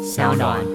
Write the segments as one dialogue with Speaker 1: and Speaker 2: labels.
Speaker 1: 小暖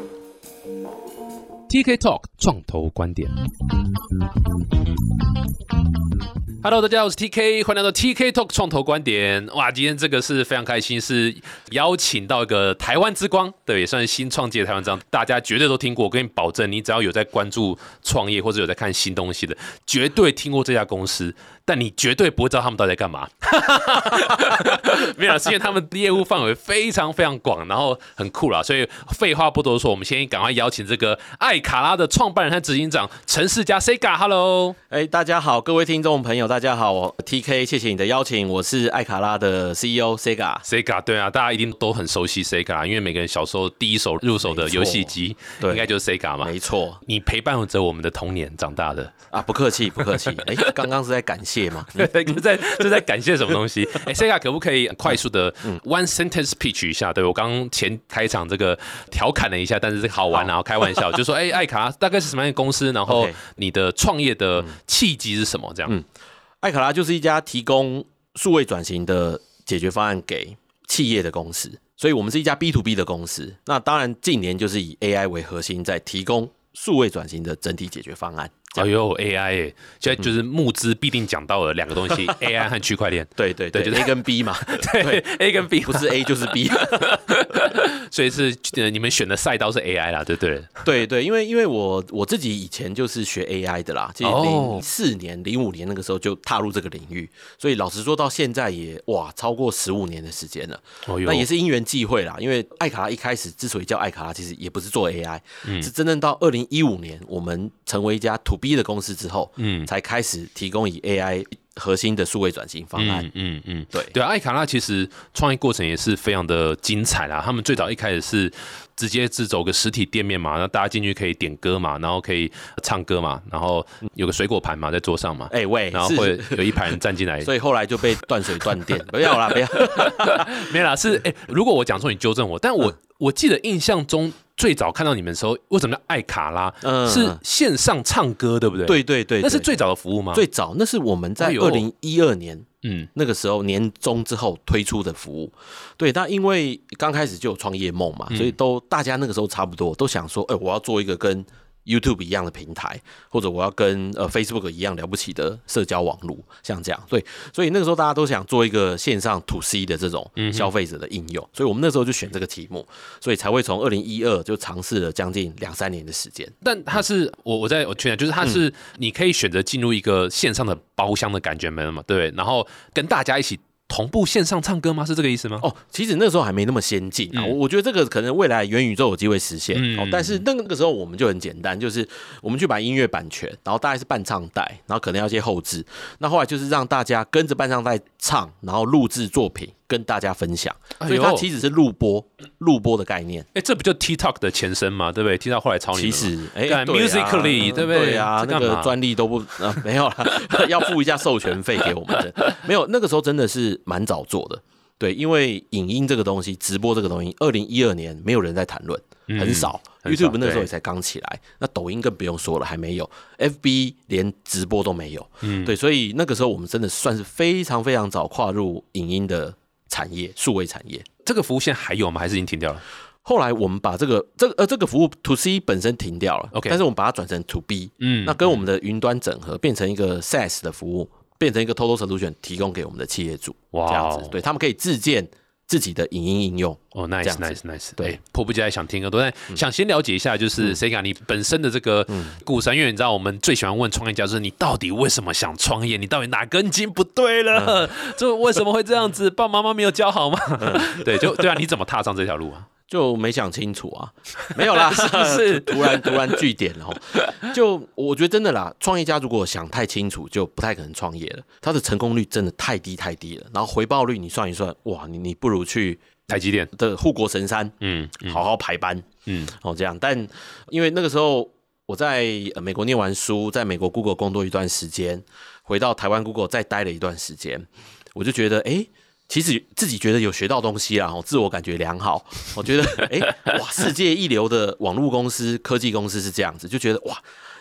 Speaker 2: TK Talk 创投观点。Hello， 大家好，我是 TK， 欢迎来到 TK Talk 创投观点。哇，今天这个是非常开心，是邀请到一个台湾之光，对，也算是新创界的台湾之光，大家绝对都听过。我跟你保证，你只要有在关注创业或者有在看新东西的，绝对听过这家公司。但你绝对不会知道他们到底在干嘛，没有，是因为他们的业务范围非常非常广，然后很酷啦。所以废话不多说，我们先赶快邀请这个艾卡拉的创办人和执行长陈世嘉 Sega。Hello，
Speaker 3: 大家好，各位听众朋友，大家好，我 TK， 谢谢你的邀请，我是艾卡拉的 CEO Sega。
Speaker 2: 对啊，大家一定都很熟悉 Sega， 因为每个人小时候第一手入手的游戏机，应该就是 Sega 嘛。
Speaker 3: 没错，
Speaker 2: 你陪伴着我们的童年长大的
Speaker 3: 啊，不客气，不客气。刚刚是在感谢吗？
Speaker 2: 这在感谢什么东西？Sega 可不可以快速的 one sentence pitch 一下？对，我刚刚前开场这个调侃了一下，但是这个好玩啊，开玩笑，就说艾卡大概是什么样的公司？然后你的创业的契机是什么？这样，
Speaker 3: 艾卡拉就是一家提供数位转型的解决方案给企业的公司，所以我们是一家 B to B 的公司。那当然，近年就是以 AI 为核心，在提供数位转型的整体解决方案。
Speaker 2: 哎呦 AI 耶，现在就是募资必定讲到了两个东西，AI 和区块链。
Speaker 3: 对，就是 A 跟 B 嘛，
Speaker 2: 对 A 跟 B，
Speaker 3: 不是 A 就是 B，
Speaker 2: 所以是你们选的赛道是 AI 啦，对不
Speaker 3: 对？对，因为我自己以前就是学 AI 的啦，其实04年、05年那个时候就踏入这个领域，所以老实说到现在也超过15年的时间了。那也是因缘际会啦，因为艾卡拉一开始之所以叫艾卡拉，其实也不是做 AI，是真正到2015年我们成为一家 To B 的公司之后，才开始提供以 AI 核心的数位转型方案。对
Speaker 2: 啊，艾卡拉其实创业过程也是非常的精彩啦。他们最早一开始是直接只走个实体店面嘛，那大家进去可以点歌嘛，然后可以唱歌嘛，然后有个水果盘嘛在桌上嘛，然后会有一排人站进来，
Speaker 3: 所以后来就被断水断电。不要啦，
Speaker 2: 没啦，是如果我讲错你纠正我，但我记得印象中。最早看到你们的时候，为什么叫艾卡拉？是线上唱歌，对不对？
Speaker 3: 对，
Speaker 2: 那是最早的服务吗？
Speaker 3: 最早，那是我们在2012年，那个时候年中之后推出的服务。对，但因为刚开始就有创业梦嘛，所以大家那个时候差不多都想说，我要做一个跟YouTube 一样的平台，或者我要跟Facebook 一样了不起的社交网络，像这样。所以那个时候大家都想做一个线上 To C 的这种消费者的应用，所以我们那时候就选这个题目，所以才会从2012就尝试了将近2-3年的时间。
Speaker 2: 但它是我确认，就是它是你可以选择进入一个线上的包厢的感觉嘛，对，然后跟大家一起同步线上唱歌吗？是这个意思吗？
Speaker 3: 其实那时候还没那么先进啊。我觉得这个可能未来元宇宙有机会实现。但是那个时候我们就很简单，就是我们去买音乐版权，然后大概是伴唱带，然后可能要一些后制。那后来就是让大家跟着伴唱带唱，然后录制作品跟大家分享。所以它其实是录播的概念。
Speaker 2: 这不就 TikTok 的前身吗？对不对 ？TikTok 后来抄你们。
Speaker 3: 其实
Speaker 2: Musical.ly 对不对？
Speaker 3: 对啊，那个专利都不没有啦，要付一下授权费给我们的。没有，那个时候真的是蛮早做的。对，因为影音这个东西，直播这个东西，2012年没有人在谈论，很少。YouTube 那时候也才刚起来，那抖音更不用说了，还没有。FB 连直播都没有。对，所以那个时候我们真的算是非常非常早跨入影音的产业，数位产业。
Speaker 2: 这个服务现在还有吗？还是已经停掉了？
Speaker 3: 后来我们把这个服务 To C 本身停掉了，但是我们把它转成 To B，那跟我们的云端整合，变成一个 SaaS 的服务，变成一个 Total Solution 提供给我们的企业主，这样子，对，他们可以自建自己的影音应用。
Speaker 2: nice， 对，迫不及待想听更多，但想先了解一下，就是 Sega 你本身的这个故事，因为你知道我们最喜欢问创业家，就是你到底为什么想创业？你到底哪根筋不对了？这为什么会这样子？爸爸妈妈没有教好吗？对啊，你怎么踏上这条路啊？
Speaker 3: 就没想清楚啊，没有啦，是突然据点了。就我觉得真的啦，创业家如果想太清楚，就不太可能创业了。他的成功率真的太低了，然后回报率你算一算，哇，你不如去
Speaker 2: 台积电
Speaker 3: 的护国神山，好好排班，这样。但因为那个时候我在美国念完书，在美国 Google 工作一段时间，回到台湾 Google 再待了一段时间，我就觉得其实自己觉得有学到东西啦，自我感觉良好。我觉得，哇，世界一流的网络公司、科技公司是这样子，就觉得哇，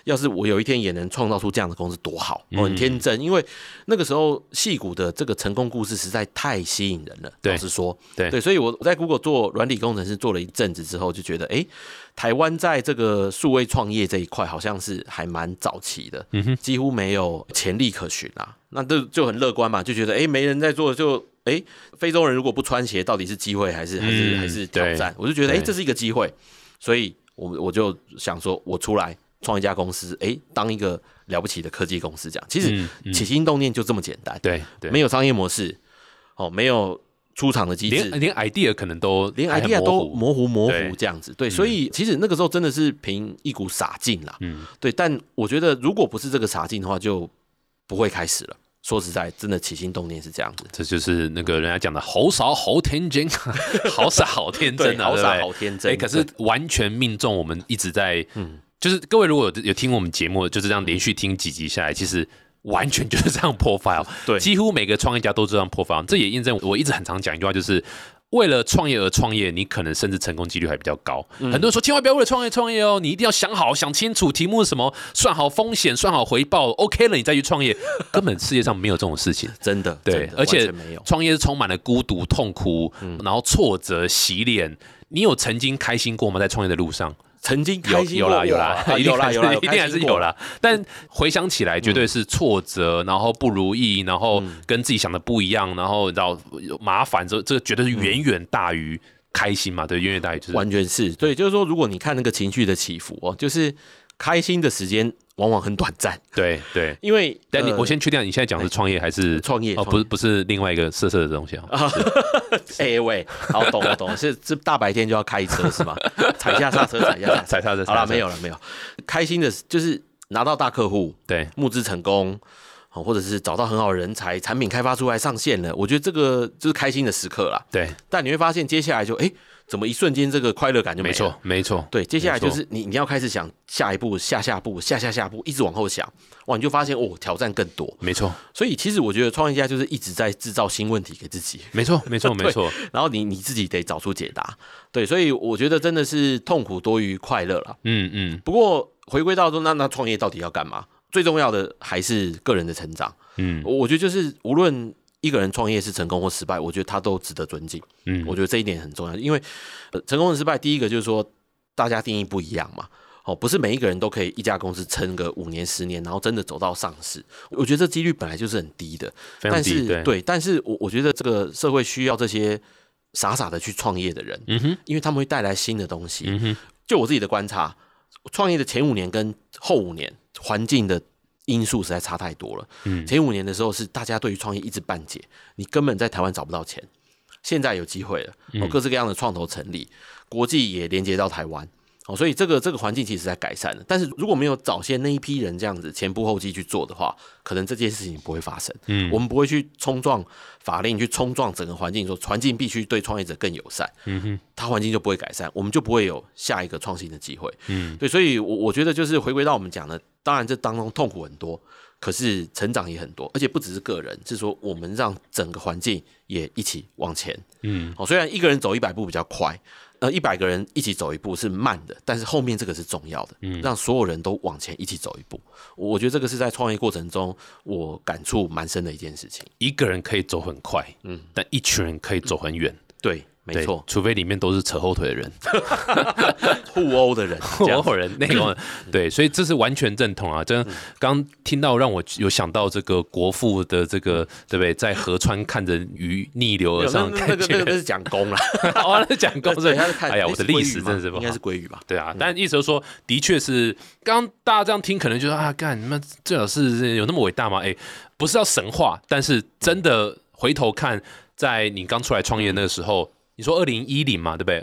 Speaker 3: 要是我有一天也能创造出这样的公司多好，很天真。因为那个时候矽谷的这个成功故事实在太吸引人了，老实说，对，所以我在 Google 做软体工程师做了一阵子之后，就觉得台湾在这个数位创业这一块好像是还蛮早期的，几乎没有潜力可循啊。那这就很乐观嘛，就觉得没人在做，就非洲人如果不穿鞋，到底是机会还是挑战？我就觉得这是一个机会，所以我就想说，我出来创一家公司，当一个了不起的科技公司这样。其实起心动念就这么简单，对，没有商业模式，没有出厂的机制，
Speaker 2: 连 idea 可能都
Speaker 3: 连 idea 都模糊这样子，对，所以其实那个时候真的是凭一股傻劲啦，对。但我觉得如果不是这个傻劲的话，就不会开始了。说实在，真的起心动念是这样子，
Speaker 2: 这就是那个人家讲的好傻好天真，好傻好天真啊，
Speaker 3: 好傻好天真。
Speaker 2: 可是完全命中我们一直在，就是各位如果有听我们节目，就是这样连续听几集下来，其实完全就是这样 profile， 对，几乎每个创业家都这样 profile。这也印证我一直很常讲一句话，就是为了创业而创业，你可能甚至成功几率还比较高。很多人说千万不要为了创业哦，你一定要想好想清楚题目是什么，算好风险，算好回报 ，OK 了你再去创业。根本世界上没有这种事情，
Speaker 3: 真的。
Speaker 2: 对，而且创业是充满了孤独、痛苦，然后挫折、洗脸。你有曾经开心过吗？在创业的路上？
Speaker 3: 曾经开心过，
Speaker 2: 有啦，一定还是有啦。但回想起来，绝对是挫折，然后不如意，然后跟自己想的不一样，然后麻烦，这个绝对是远远大于开心嘛？对，远远大于就是
Speaker 3: 完全是对，就是说，如果你看那个情绪的起伏就是开心的时间往往很短暂，对，
Speaker 2: 因为但我先确定，你现在讲的是创业还是
Speaker 3: 创业？
Speaker 2: 不是另外一个色的东西啊。
Speaker 3: 喂，好，懂了，是大白天就要开车是吗？踩下刹车。好了，没有。开心的就是拿到大客户，对，募资成功，或者是找到很好的人才，产品开发出来上线了，我觉得这个就是开心的时刻啦。对，但你会发现接下来就怎么一瞬间这个快乐感就没了？
Speaker 2: 没错。
Speaker 3: 对，接下来就是你要开始想下一步、下步、下步，一直往后想，哇，你就发现挑战更多。没错。所以其实我觉得创业家就是一直在制造新问题给自己。没错。然后你自己得找出解答。对，所以我觉得真的是痛苦多于快乐啦。不过回归到说，那创业到底要干嘛？最重要的还是个人的成长。我觉得就是无论一个人创业是成功或失败，我觉得他都值得尊敬。我觉得这一点很重要，因为成功和失败，第一个就是说大家定义不一样嘛。不是每一个人都可以一家公司撑个5年10年，然后真的走到上市。我觉得这几率本来就是很低的，非常低。但是我觉得这个社会需要这些傻的去创业的人，因为他们会带来新的东西。就我自己的观察，创业的前5年跟后5年环境的因素实在差太多了。前5年的时候是大家对于创业一知半解，你根本在台湾找不到钱。现在有机会了，各式各样的创投成立，国际也连接到台湾。所以这个环境其实在改善了，但是如果没有早先那一批人这样子前仆后继去做的话，可能这件事情不会发生。我们不会去冲撞法令，去冲撞整个环境，说环境必须对创业者更友善。它环境就不会改善，我们就不会有下一个创新的机会。对，所以我觉得就是回归到我们讲的，当然这当中痛苦很多，可是成长也很多，而且不只是个人，是说我们让整个环境也一起往前。虽然一个人走100步比较快。100个人一起走一步是慢的，但是后面这个是重要的，让所有人都往前一起走一步。我觉得这个是在创业过程中我感触蛮深的一件事情。
Speaker 2: 一个人可以走很快，但一群人可以走很远。
Speaker 3: 对，没错，
Speaker 2: 除非里面都是扯后腿的人，
Speaker 3: 互殴的人，
Speaker 2: 那种对，所以这是完全认同啊！真刚听到让我有想到这个国父的这个，对不对？在河川看着鱼逆流而上的感觉，
Speaker 3: 那个是讲功啦，
Speaker 2: 那是讲功，
Speaker 3: 所以他是看，
Speaker 2: 哎呀，我的历史真的是不好，
Speaker 3: 应该是鲑鱼吧？
Speaker 2: 对啊，但意思就是说，的确是，刚刚大家这样听，可能就说啊，干你们最好是有那么伟大吗？不是要神话，但是真的回头看，在你刚出来创业那个时候。你说2010嘛，对不对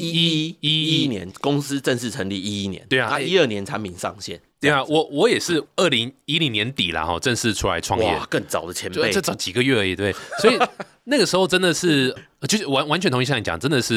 Speaker 3: ？11年公司正式成立，11年，
Speaker 2: 对啊
Speaker 3: ，12年产品上线，
Speaker 2: 对啊，我也是2010年底啦，正式出来创业，
Speaker 3: 哇，更早的前辈，
Speaker 2: 这早几个月而已，对，所以那个时候真的是，就是完全同意像你讲，真的是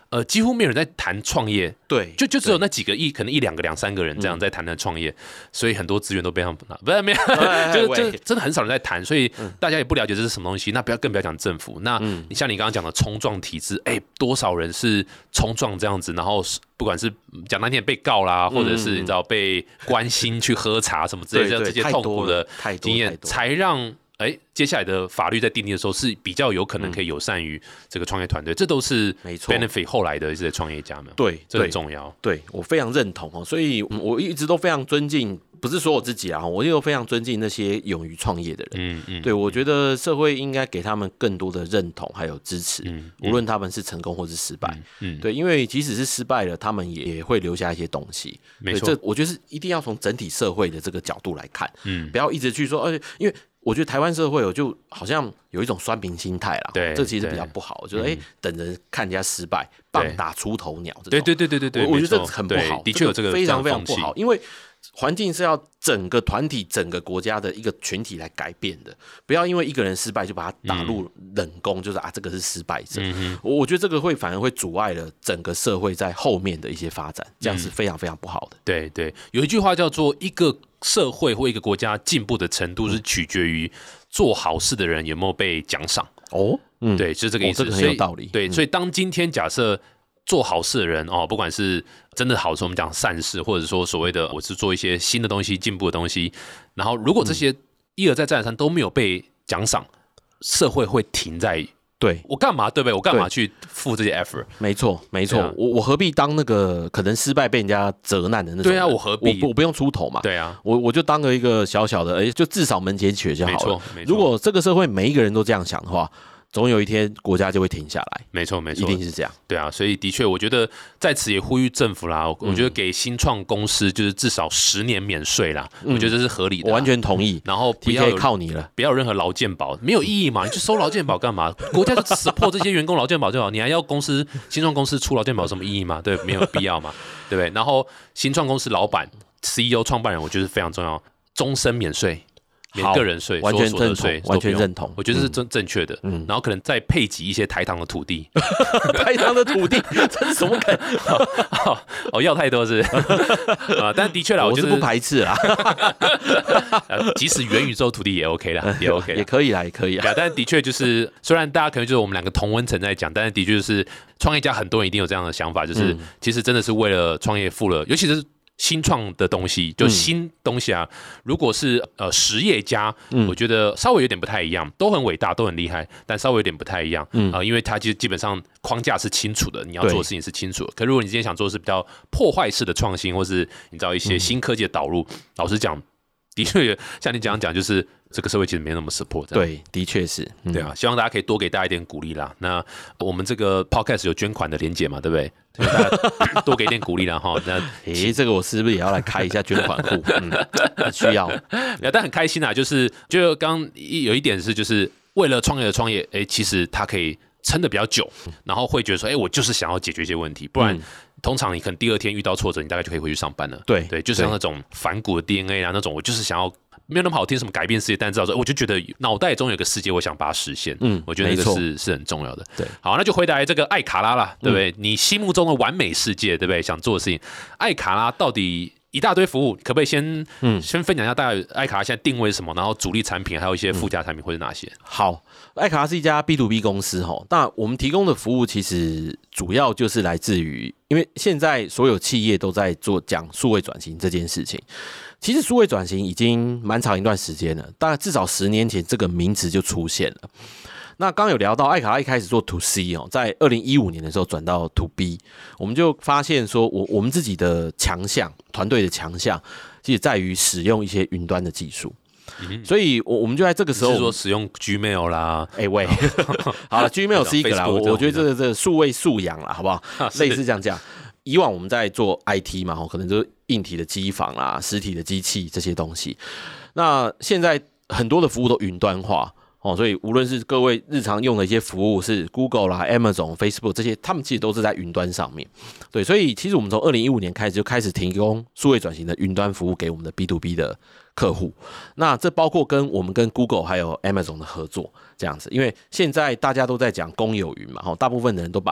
Speaker 2: 几乎没有人在谈创业，
Speaker 3: 对，
Speaker 2: 就只有那几个可能1、2个、2、3个人这样在谈的创业，所以很多资源都被他们不是没有，就真的很少人在谈，所以大家也不了解这是什么东西。那更不要讲政府。那你像你刚刚讲的冲撞体制，多少人是冲撞这样子，然后不管是讲难听被告啦，或者是你知道被关心去喝茶什么之类的这些痛苦的经验，才让接下来的法律在订定的时候是比较有可能可以友善于这个创业团队，这都是 benefit 后来的这些创业家们。对，这很重要。
Speaker 3: 对，我非常认同哦，所以我一直都非常尊敬，不是说我自己啊，我也非常尊敬那些勇于创业的人。对，我觉得社会应该给他们更多的认同还有支持，无论他们是成功或是失败。对，因为即使是失败了，他们也会留下一些东西。
Speaker 2: 没错，
Speaker 3: 这我觉得是一定要从整体社会的这个角度来看，不要一直去说，因为我觉得台湾社会就好像有一种酸民心态啦，这其实比较不好，就是等着看人家失败，棒打出头鸟这种。
Speaker 2: 对，
Speaker 3: 我觉得这很不好，
Speaker 2: 的确有这个
Speaker 3: 非常非常不好，因为环境是要整个团体、整个国家的一个群体来改变的，不要因为一个人失败就把他打入冷宫，就是这个是失败者。我觉得这个反而会阻碍了整个社会在后面的一些发展，这样是非常非常不好的。
Speaker 2: 对，有一句话叫做一个社会或一个国家进步的程度是取决于做好事的人有没有被奖赏。对，就是这个意思。
Speaker 3: 这个很有道理。
Speaker 2: 对，所以当今天假设做好事的人不管是真的好事，我们讲善事，或者说所谓的我是做一些新的东西、进步的东西，然后如果这些一而再再而三都没有被奖赏，社会会停在。对，我干嘛对不对？我干嘛去付这些 effort？
Speaker 3: 没错，我何必当那个可能失败被人家责难的那种人？
Speaker 2: 对啊，我何必？
Speaker 3: 我不用出头嘛。
Speaker 2: 对啊，
Speaker 3: 我就当个一个小小的，就至少门前雪就好了。
Speaker 2: 没错。
Speaker 3: 如果这个社会每一个人都这样想的话，总有一天国家就会停下来。
Speaker 2: 没错，
Speaker 3: 一定是这样。
Speaker 2: 对啊，所以的确，我觉得在此也呼吁政府啦，我觉得给新创公司就是至少10年免税啦，我觉得这是合理的。
Speaker 3: 我完全同意。
Speaker 2: 然后不要
Speaker 3: 靠你了，
Speaker 2: 不要任何劳健保，没有意义嘛？你去收劳健保干嘛？国家就support这些员工劳健保就好，你还要新创公司出劳健保有什么意义吗？对，没有必要嘛，对不对？然后新创公司老板、CEO、创办人，我觉得非常重要，终身免税。免个人税，
Speaker 3: 完全
Speaker 2: 所得税，
Speaker 3: 完全认同，
Speaker 2: 我觉得是正确的。然后可能再配给一些台糖的土地，
Speaker 3: 台糖的土地，这是什么梗？
Speaker 2: 要太多是但的确啦，
Speaker 3: 我是不排斥啦。
Speaker 2: 即使元宇宙土地也 OK 啦，也 OK，
Speaker 3: 也可以啦，也可以啦。
Speaker 2: 但的确就是，虽然大家可能就是我们两个同温层在讲，但是的确就是创业家很多人一定有这样的想法，就是其实真的是为了创业付了，尤其是新创的东西，就新东西啊。如果是实业家，我觉得稍微有点不太一样，都很伟大，都很厉害，但稍微有点不太一样。因为它基本上框架是清楚的，你要做的事情是清楚的。可如果你今天想做的是比较破坏式的创新，或是你知道一些新科技的导入，老实讲，的确像你讲，就是这个社会其实没那么 support。
Speaker 3: 对，的确是。
Speaker 2: 对啊，希望大家可以多给大家一点鼓励啦。那我们这个 podcast 有捐款的连结嘛，对不对？大家多给一点鼓励啦哈。那
Speaker 3: 这个我是不是也要来开一下捐款户？需要。
Speaker 2: 但很开心啊，就刚有一点是，就是为了创业的创业，其实它可以撑得比较久，然后会觉得说，我就是想要解决一些问题，不然通常你可能第2天遇到挫折，你大概就可以回去上班了。对，就是像那种反骨的 DNA 啊，那种我就是想要。没有那么好听，什么改变世界，但至少说，我就觉得脑袋中有个世界，我想把它实现。我觉得那个是很重要的。对，好，那就回来这个艾卡拉啦，对不对？你心目中的完美世界，对不对？想做的事情，艾卡拉到底一大堆服务，可不可以先分享一下大概艾卡拉现在定位是什么？然后主力产品还有一些附加产品会是哪些？
Speaker 3: 好，艾卡拉是一家 B2B 公司哈，那我们提供的服务其实主要就是来自于，因为现在所有企业都在讲数位转型这件事情。其实数位转型已经蛮长一段时间了，大概至少10年前这个名词就出现了。那刚刚有聊到艾卡拉一开始做 To C 在2015年的时候转到 To B， 我们就发现说我们自己的强项，团队的强项，其实在于使用一些云端的技术。所以我们就在这个时候，
Speaker 2: 是说使用 Gmail 啦，
Speaker 3: 好了，Gmail 是一个啦，我觉得这个数位素养啦，好不好？类似这样讲。以往我们在做 IT 嘛，可能就是硬体的机房啦、实体的机器这些东西。那现在很多的服务都云端化所以无论是各位日常用的一些服务，是 Google 啦、Amazon、Facebook 这些，他们其实都是在云端上面。对，所以其实我们从2015年开始就开始提供数位转型的云端服务给我们的 B2B 的客户。那这包括我们跟 Google 还有 Amazon 的合作这样子，因为现在大家都在讲公有云嘛，大部分的人都把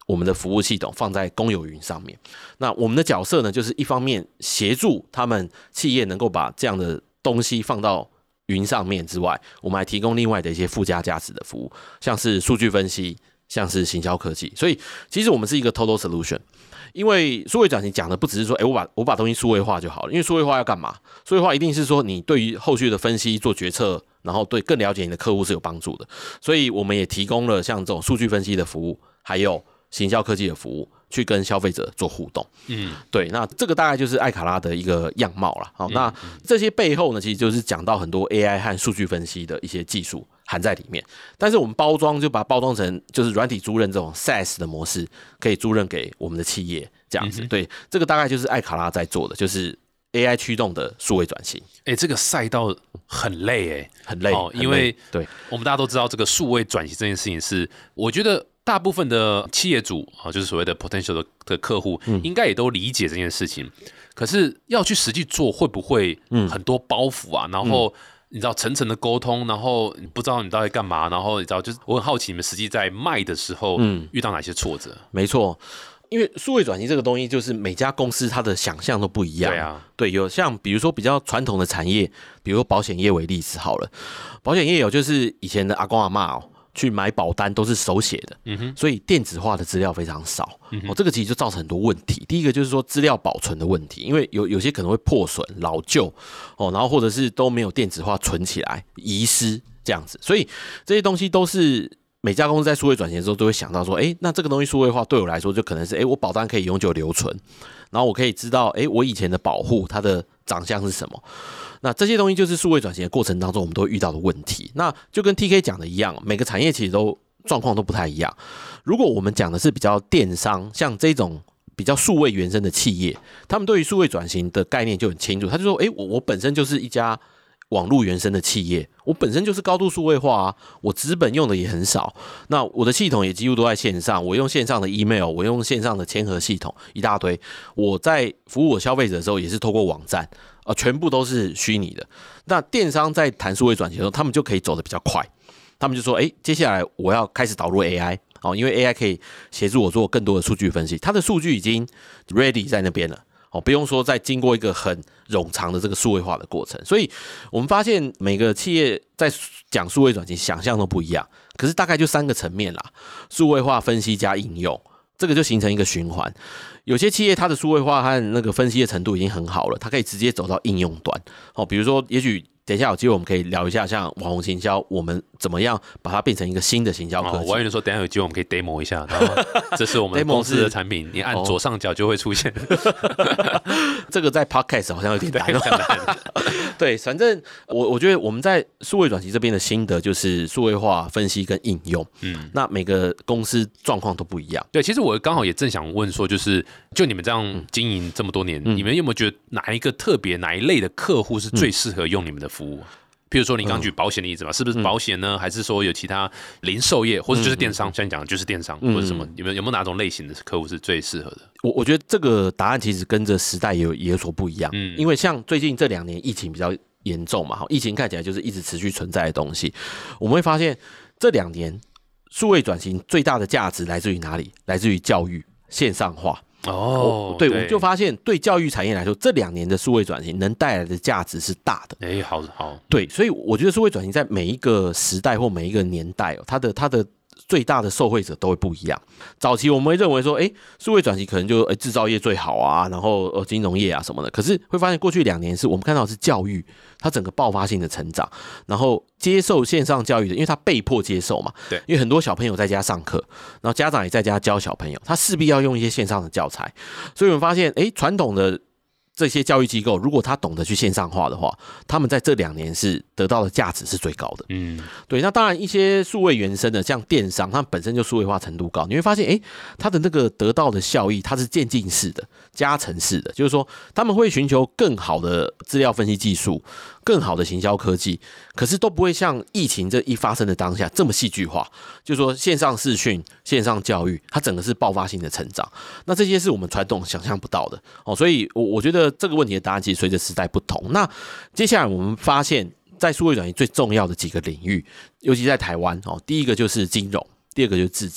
Speaker 3: 我们的服务系统放在公有云上面。那我们的角色呢，就是一方面协助他们企业能够把这样的东西放到云上面之外，我们还提供另外的一些附加价值的服务，像是数据分析，像是行销科技。所以其实我们是一个 total solution。因为数位转型讲的不只是说，我把东西数位化就好了。因为数位化要干嘛？数位化一定是说你对于后续的分析做决策，然后对更了解你的客户是有帮助的。所以我们也提供了像这种数据分析的服务，还有行销科技的服务，去跟消费者做互动。对，那这个大概就是艾卡拉的一个样貌啦。好，那这些背后呢，其实就是讲到很多 AI 和数据分析的一些技术含在里面，但是我们包装就把它包装成就是软体租赁这种 SaaS 的模式，可以租赁给我们的企业这样子。对，这个大概就是艾卡拉在做的，就是 AI 驱动的数位转型。
Speaker 2: 这个赛道很累
Speaker 3: 很累，
Speaker 2: 因为
Speaker 3: 对
Speaker 2: 我们大家都知道，这个数位转型这件事情是，我觉得大部分的企业主就是所谓的 potential 的客户，应该也都理解这件事情。可是要去实际做，会不会很多包袱啊？然后你知道层层的沟通，然后你不知道你到底干嘛，然后你知道，就是我很好奇你们实际在卖的时候遇到哪些挫折？
Speaker 3: 没错。因为数位转型这个东西，就是每家公司它的想象都不一样。
Speaker 2: 对啊，
Speaker 3: 对，有像比如说比较传统的产业，比如说保险业为例子好了，保险业有就是以前的阿公阿嬷去买保单都是手写的，所以电子化的资料非常少。这个其实就造成很多问题。第一个就是说资料保存的问题，因为有些可能会破损、老旧然后或者是都没有电子化存起来、遗失这样子，所以这些东西都是每家公司在数位转型的时候都会想到说，那这个东西数位化对我来说就可能是，我保单可以永久留存，然后我可以知道，我以前的保护它的长相是什么。那这些东西就是数位转型的过程当中我们都会遇到的问题。那就跟 TK 讲的一样，每个产业其实都状况都不太一样。如果我们讲的是比较电商，像这种比较数位原生的企业，他们对于数位转型的概念就很清楚，他就说，我本身就是一家网络原生的企业，我本身就是高度数位化啊，我资本用的也很少，那我的系统也几乎都在线上，我用线上的 email， 我用线上的签核系统一大堆，我在服务我消费者的时候也是透过网站，全部都是虚拟的。那电商在谈数位转型的时候，他们就可以走得比较快，他们就说，接下来我要开始导入 AI，因为 AI 可以协助我做更多的数据分析，它的数据已经 ready 在那边了。不用说再经过一个很冗长的这个数位化的过程，所以我们发现每个企业在讲数位转型想象都不一样，可是大概就3个层面啦，数位化、分析加应用，这个就形成一个循环。有些企业它的数位化和那个分析的程度已经很好了，它可以直接走到应用端。比如说也许等一下有机会我们可以聊一下像网红行销，我们怎么样把它变成一个新的行销科技。
Speaker 2: 我还以为说等一下有机会我们可以 demo 一下，然后这是我们公司的产品，你按左上角就会出现。
Speaker 3: 这个在 podcast 好像有点难。对，反正我觉得我们在数位转型这边的心得就是数位化、分析跟应用。那每个公司状况都不一样。
Speaker 2: 对，其实我刚好也正想问说，就你们这样经营这么多年，你们有没有觉得哪一个特别哪一类的客户是最适合用你们的服务？譬如说你刚举保险的例子嘛，是不是保险呢？还是说有其他零售业，或者就是电商？像你讲的就是电商，或者什么？有没有哪种类型的客户是最适合的？
Speaker 3: 我觉得这个答案其实跟着时代也有所不一样。因为像最近这2年疫情比较严重嘛，疫情看起来就是一直持续存在的东西。我们会发现这2年数位转型最大的价值来自于哪里？来自于教育线上化。对，我们就发现对教育产业来说，这2年的数位转型能带来的价值是大的。
Speaker 2: 好，
Speaker 3: 对，所以我觉得数位转型在每一个时代或每一个年代，它的最大的受惠者都会不一样。早期我们会认为说，数位转型可能就制造业最好啊，然后金融业啊什么的。可是会发现过去2年是我们看到的是教育，它整个爆发性的成长，然后接受线上教育的，因为它被迫接受嘛。
Speaker 2: 对，
Speaker 3: 因为很多小朋友在家上课，然后家长也在家教小朋友，他势必要用一些线上的教材。所以我们发现，传统的这些教育机构，如果他懂得去线上化的话，他们在这2年是得到的价值是最高的。对。那当然，一些数位原生的，像电商，他们本身就数位化程度高，你会发现，它的那个得到的效益，它是渐进式的、加成式的，就是说，他们会寻求更好的资料分析技术、更好的行销科技，可是都不会像疫情这一发生的当下这么戏剧化。就是说，线上视讯、线上教育，它整个是爆发性的成长。那这些是我们传统想象不到的。所以我觉得这个问题的答案其实随着时代不同。那接下来我们发现，在数位转型最重要的几个领域，尤其在台湾，第一个就是金融，第二个就是制造。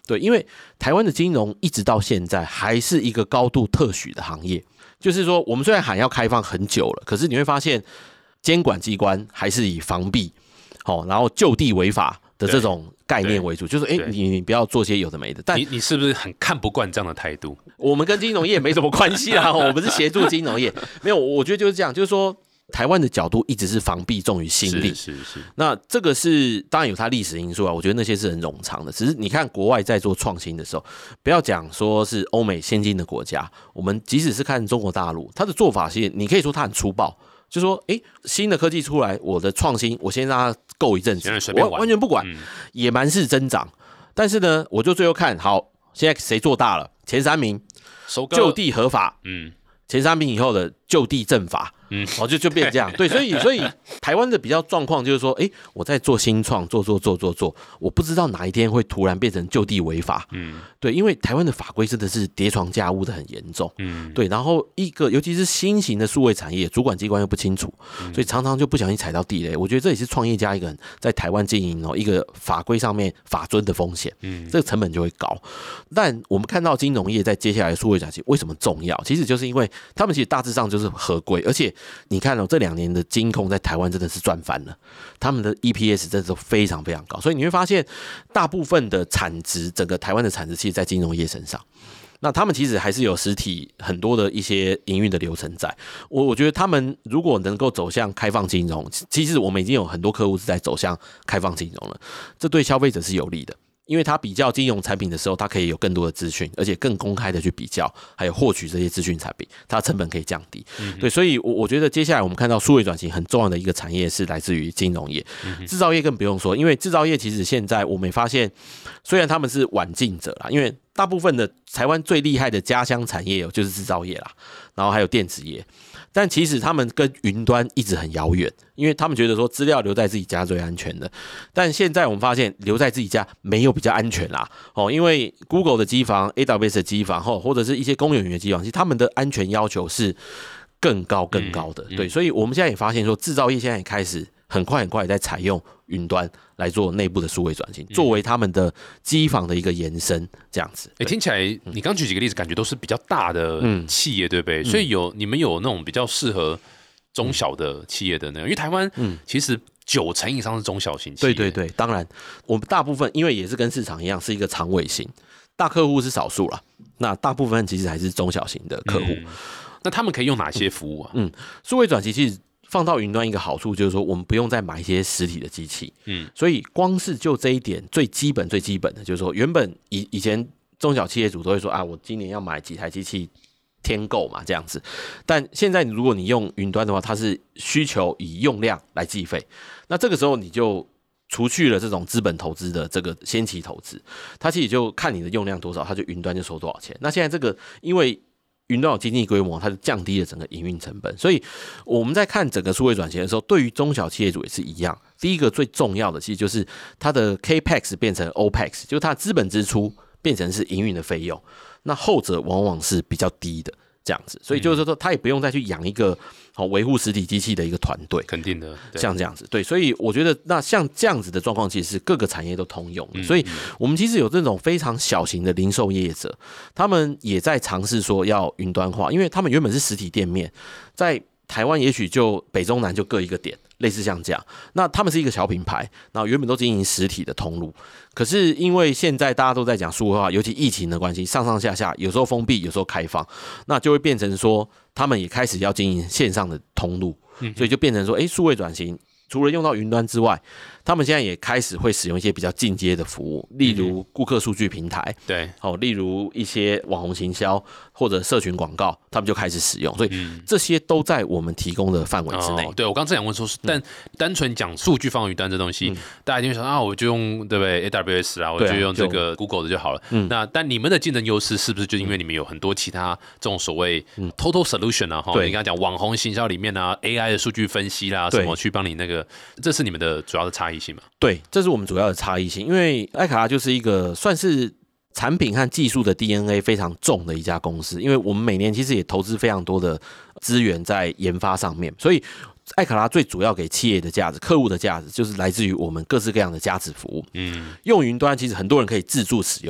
Speaker 3: 对，因为台湾的金融一直到现在还是一个高度特许的行业，就是说我们虽然喊要开放很久了，可是你会发现监管机关还是以防弊，然后就地违法的这种概念为主，就是你不要做些有的没的。但
Speaker 2: 你是不是很看不惯这样的态度？
Speaker 3: 我们跟金融业没什么关系啦，我们是协助金融业，没有，我觉得就是这样，就是说。台湾的角度一直是防弊重于新力，
Speaker 2: 是。
Speaker 3: 那这个是当然有它历史因素啊，我觉得那些是很冗长的。只是你看国外在做创新的时候，不要讲说是欧美先进的国家，我们即使是看中国大陆，它的做法是你可以说它很粗暴，就说新的科技出来，我的创新我先让它够一阵子，我完全不管，野蛮式增长。但是呢，我就最后看好现在谁做大了，前3名就地合法，前3名以后的就地正法。就变这样，对，所以台湾的比较状况就是说，我在做新创，做，我不知道哪一天会突然变成就地违法，对，因为台湾的法规真的是叠床架屋的很严重，对，然后尤其是新型的数位产业，主管机关又不清楚，所以常常就不小心踩到地雷。我觉得这也是创业家一个在台湾经营一个法规上面法遵的风险，这个成本就会高。但我们看到金融业在接下来的数位转型为什么重要？其实就是因为他们其实大致上就是合规，而且你看这2年的金控在台湾真的是赚翻了，他们的 EPS 真的都非常非常高，所以你会发现大部分的产值，整个台湾的产值其实在金融业身上。那他们其实还是有实体很多的一些营运的流程在。我觉得他们如果能够走向开放金融，其实我们已经有很多客户是在走向开放金融了，这对消费者是有利的。因为他比较金融产品的时候，他可以有更多的资讯，而且更公开的去比较，还有获取这些资讯产品，它的成本可以降低。对，所以我觉得接下来我们看到数位转型很重要的一个产业是来自于金融业，制造业更不用说，因为制造业其实现在我们也发现，虽然他们是晚进者啦，因为大部分的台湾最厉害的家乡产业就是制造业啦，然后还有电子业。但其实他们跟云端一直很遥远，因为他们觉得说资料留在自己家最安全的。但现在我们发现留在自己家没有比较安全啦，因为 Google 的机房、AWS 的机房，或者是一些公有云的机房，其实他们的安全要求是更高的。对，所以我们现在也发现说，制造业现在也开始很快也在采用云端来做内部的数位转型，作为他们的机房的一个延伸，这样子。
Speaker 2: 听起来你刚举几个例子，感觉都是比较大的企业，对不对？所以你们有那种比较适合中小的企业的那个，因为台湾其实90%以上是中小型企业。
Speaker 3: 对，当然我们大部分因为也是跟市场一样是一个长尾型，大客户是少数啦，那大部分其实还是中小型的客户。
Speaker 2: 那他们可以用哪些服务啊？
Speaker 3: 数位转型其实放到云端一个好处就是说，我们不用再买一些实体的机器，所以光是就这一点最基本的就是说，原本以前中小企业主都会说我今年要买几台机器添购嘛这样子，但现在如果你用云端的话，它是需求以用量来计费，那这个时候你就除去了这种资本投资的这个先期投资，它其实就看你的用量多少，它就云端就收多少钱。那现在这个因为云端有经济规模，它就降低了整个营运成本，所以我们在看整个数位转型的时候，对于中小企业主也是一样。第一个最重要的其实就是它的 Capex 变成 Opex， 就是它的资本支出变成是营运的费用，那后者往往是比较低的这样子，所以就是说他也不用再去养一个维护实体机器的一个团队，
Speaker 2: 肯定的，
Speaker 3: 像这样子，对，所以我觉得那像这样子的状况，其实是各个产业都通用的，所以我们其实有这种非常小型的零售业者，他们也在尝试说要云端化，因为他们原本是实体店面，在台湾也许就北中南就各一个点，类似像这样，那他们是一个小品牌，然后原本都经营实体的通路，可是因为现在大家都在讲数位化，尤其疫情的关系，上上下下有时候封闭，有时候开放，那就会变成说他们也开始要经营线上的通路，所以就变成说，数位转型除了用到云端之外，他们现在也开始会使用一些比较进阶的服务，例如顾客数据平台，
Speaker 2: 对，
Speaker 3: 例如一些网红行销或者社群广告，他们就开始使用，所以这些都在我们提供的范围之内。
Speaker 2: 对，我刚正想问说，但单纯讲数据放云端这东西，大家一定会想我就用对不对 AWS 我就用这个 Google 的就好了。那但你们的竞争优势是不是就因为你们有很多其他这种所谓 total solution 你刚才讲网红行销里面AI 的数据分析啦，什么去帮你那个，这是你们的主要的差异性吗？
Speaker 3: 对，这是我们主要的差异性，因为艾卡拉就是一个算是产品和技术的 DNA 非常重的一家公司，因为我们每年其实也投资非常多的资源在研发上面，所以艾卡拉最主要给企业的价值、客户的价值，就是来自于我们各式各样的价值服务。用云端其实很多人可以自助使用，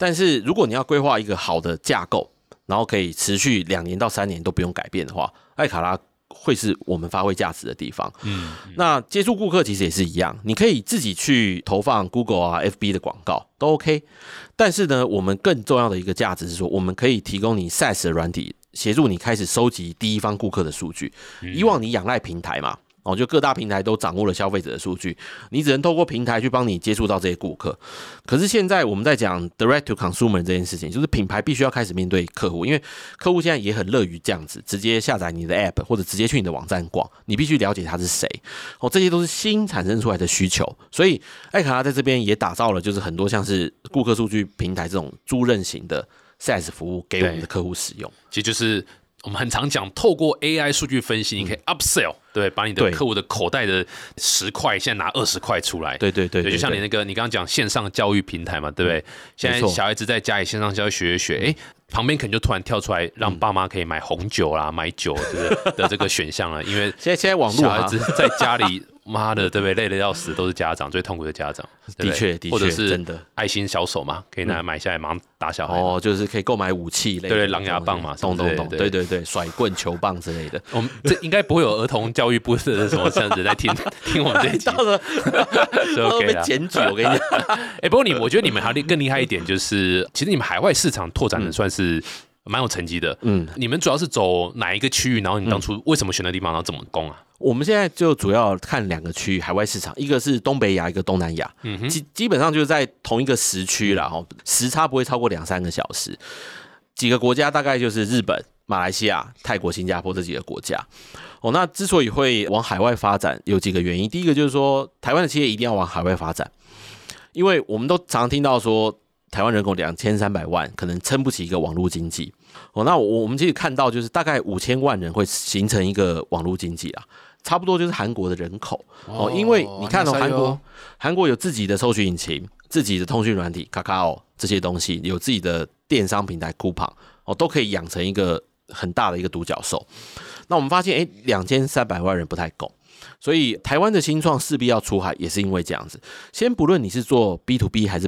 Speaker 3: 但是如果你要规划一个好的架构，然后可以持续2年到3年都不用改变的话，艾卡拉会是我们发挥价值的地方。那接触顾客其实也是一样，你可以自己去投放 Google 啊、FB 的广告都 OK。但是呢，我们更重要的一个价值是说，我们可以提供你 SaaS 的软体，协助你开始收集第一方顾客的数据。以往你仰赖平台嘛。就各大平台都掌握了消费者的数据，你只能透过平台去帮你接触到这些顾客。可是现在我们在讲 direct to consumer 这件事情，就是品牌必须要开始面对客户，因为客户现在也很乐于这样子，直接下载你的 app 或者直接去你的网站逛，你必须了解他是谁。这些都是新产生出来的需求，所以艾卡拉在这边也打造了就是很多像是顾客数据平台这种租赁型的 SaaS 服务给我们的客户使用。
Speaker 2: 其实就是我们很常讲，透过 AI 数据分析，你可以 upsell， 对，把你的客户的口袋的10块，现在拿20块出来。
Speaker 3: 对，
Speaker 2: 就像你那个，你刚刚讲线上教育平台嘛，对不对？现在小孩子在家里线上教育学，旁边可能就突然跳出来，让爸妈可以买红酒啦、买酒的这个选项了，因为
Speaker 3: 现在网络
Speaker 2: 小孩子在家里。妈的，对不对？累得要死，都是家长最痛苦的家长。
Speaker 3: 的确，
Speaker 2: 或者是
Speaker 3: 真的
Speaker 2: 爱心小手嘛，可以拿来买下来，马上打小孩。
Speaker 3: 就是可以购买武器类的，
Speaker 2: 对，狼牙棒嘛，
Speaker 3: 懂，对，甩棍、球棒之类的。
Speaker 2: 我们这应该不会有儿童教育部的什么这样子在听我们这一集，
Speaker 3: 到了被检举。我跟你讲，
Speaker 2: 不过我觉得你们还更厉害一点，就是其实你们海外市场拓展的算是蛮有成绩的。你们主要是走哪一个区域？然后你当初为什么选那地方，然后怎么攻啊？
Speaker 3: 我们现在就主要看2个区域海外市场，一个是东北亚，一个东南亚。基本上就是在同一个时区啦，时差不会超过2-3个小时。几个国家大概就是日本、马来西亚、泰国、新加坡这几个国家。那之所以会往海外发展，有几个原因。第一个就是说，台湾的企业一定要往海外发展，因为我们都常听到说，台湾人口2300万，可能撑不起一个网络经济。那我们其实看到，就是大概5000万人会形成一个网络经济啦。差不多就是韩国的人口因为你看韩国有自己的搜寻引擎、自己的通讯软体 Kakao 这些东西，有自己的电商平台 Coupang 都可以养成一个很大的一个独角兽。那我们发现2300万人不太够，所以台湾的新创势必要出海，也是因为这样子。先不论你是做 B2B 还是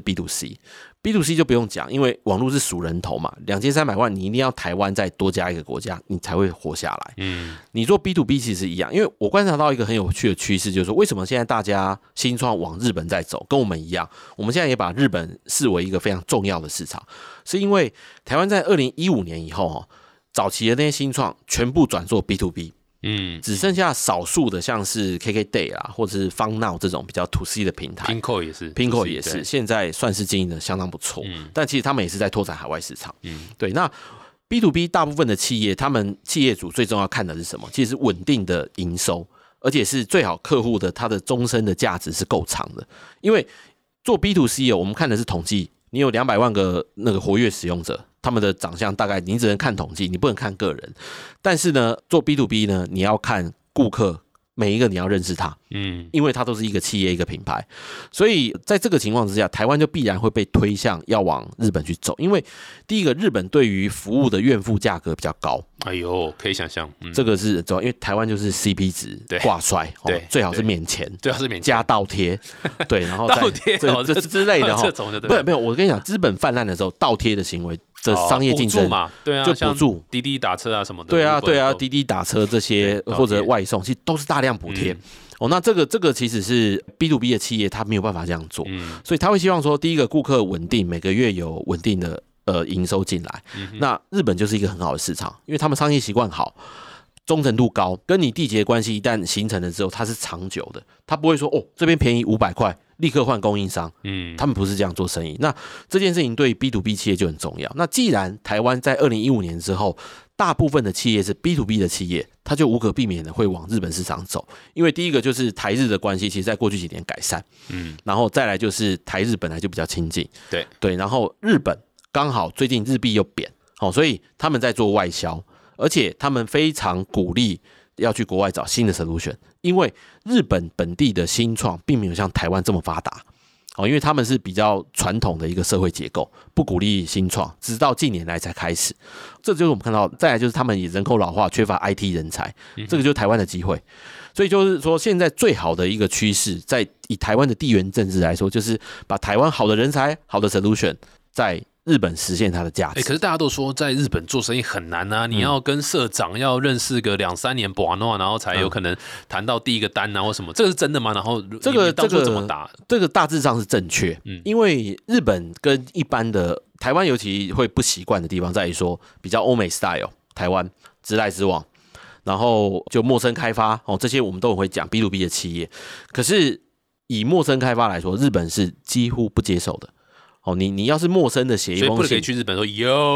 Speaker 3: B2C。B2C 就不用讲，因为网络是数人头嘛，2300万，你一定要台湾再多加一个国家，你才会活下来。你做 B2B 其实一样，因为我观察到一个很有趣的趋势，就是说为什么现在大家新创往日本在走，跟我们一样，我们现在也把日本视为一个非常重要的市场，是因为台湾在2015年以后，早期的那些新创全部转做 B2B。只剩下少数的像是 KKday 啦，或者是方闹这种比较 to C 的平台 ，Pinko 也是，现在算是经营的相当不错。但其实他们也是在拓展海外市场。对，那 B2B 大部分的企业，他们企业主最重要看的是什么？其实是稳定的营收，而且是最好客户的他的终身的价值是够长的。因为做 B2C 我们看的是统计，你有200万个那个活跃使用者。他们的长相大概你只能看统计，你不能看个人。但是呢，做 B2B 呢，你要看顾客，每一个你要认识他，因为他都是一个企业一个品牌。所以在这个情况之下，台湾就必然会被推向要往日本去走，因为第一个，日本对于服务的愿付价格比较高。
Speaker 2: 哎呦，可以想象，
Speaker 3: 这个是主要，因为台湾就是 CP 值挂帅，最好是免钱，
Speaker 2: 最好是免钱
Speaker 3: 加倒贴，对，然后
Speaker 2: 倒贴
Speaker 3: 这之类的
Speaker 2: 这种的，
Speaker 3: 没有，我跟你讲，资本泛滥的时候，倒贴的行为。这商业竞争
Speaker 2: 嘛，对啊，
Speaker 3: 就补助
Speaker 2: 滴滴打车啊什么的，
Speaker 3: 对啊，滴滴打车这些或者外送，其实都是大量补贴。那这个其实是 B2B 的企业，他没有办法这样做，所以他会希望说，第一个顾客稳定，每个月有稳定的营收进来。那日本就是一个很好的市场，因为他们商业习惯好。忠诚度高，跟你缔结关系一旦形成了之后，它是长久的，它不会说这边便宜500块，立刻换供应商，他们不是这样做生意。那这件事情对 B2B 企业就很重要。那既然台湾在2015年之后，大部分的企业是 B2B 的企业，它就无可避免的会往日本市场走，因为第一个就是台日的关系，其实在过去几年改善，然后再来就是台日本来就比较亲近，对，然后日本刚好最近日币又贬，所以他们在做外销。而且他们非常鼓励要去国外找新的 solution， 因为日本本地的新创并没有像台湾这么发达，因为他们是比较传统的一个社会结构，不鼓励新创，直到近年来才开始。这就是我们看到，再来就是他们人口老化，缺乏 IT 人才，这个就是台湾的机会。所以就是说，现在最好的一个趋势，以台湾的地缘政治来说，就是把台湾好的人才、好的 solution 在日本实现它的价值。
Speaker 2: 可是大家都说在日本做生意很难啊，你要跟社长要认识个2-3年然后才有可能谈到第一个单啊或什么，这个是真的吗？然后这个当初怎么打？
Speaker 3: 这个大致上是正确，因为日本跟一般的台湾尤其会不习惯的地方在于说比较欧美 style， 台湾直来直往，然后就陌生开发这些我们都很会讲 B2B 的企业，可是以陌生开发来说，日本是几乎不接受的。你要是陌生的写一封信，
Speaker 2: 所以不可以去日本说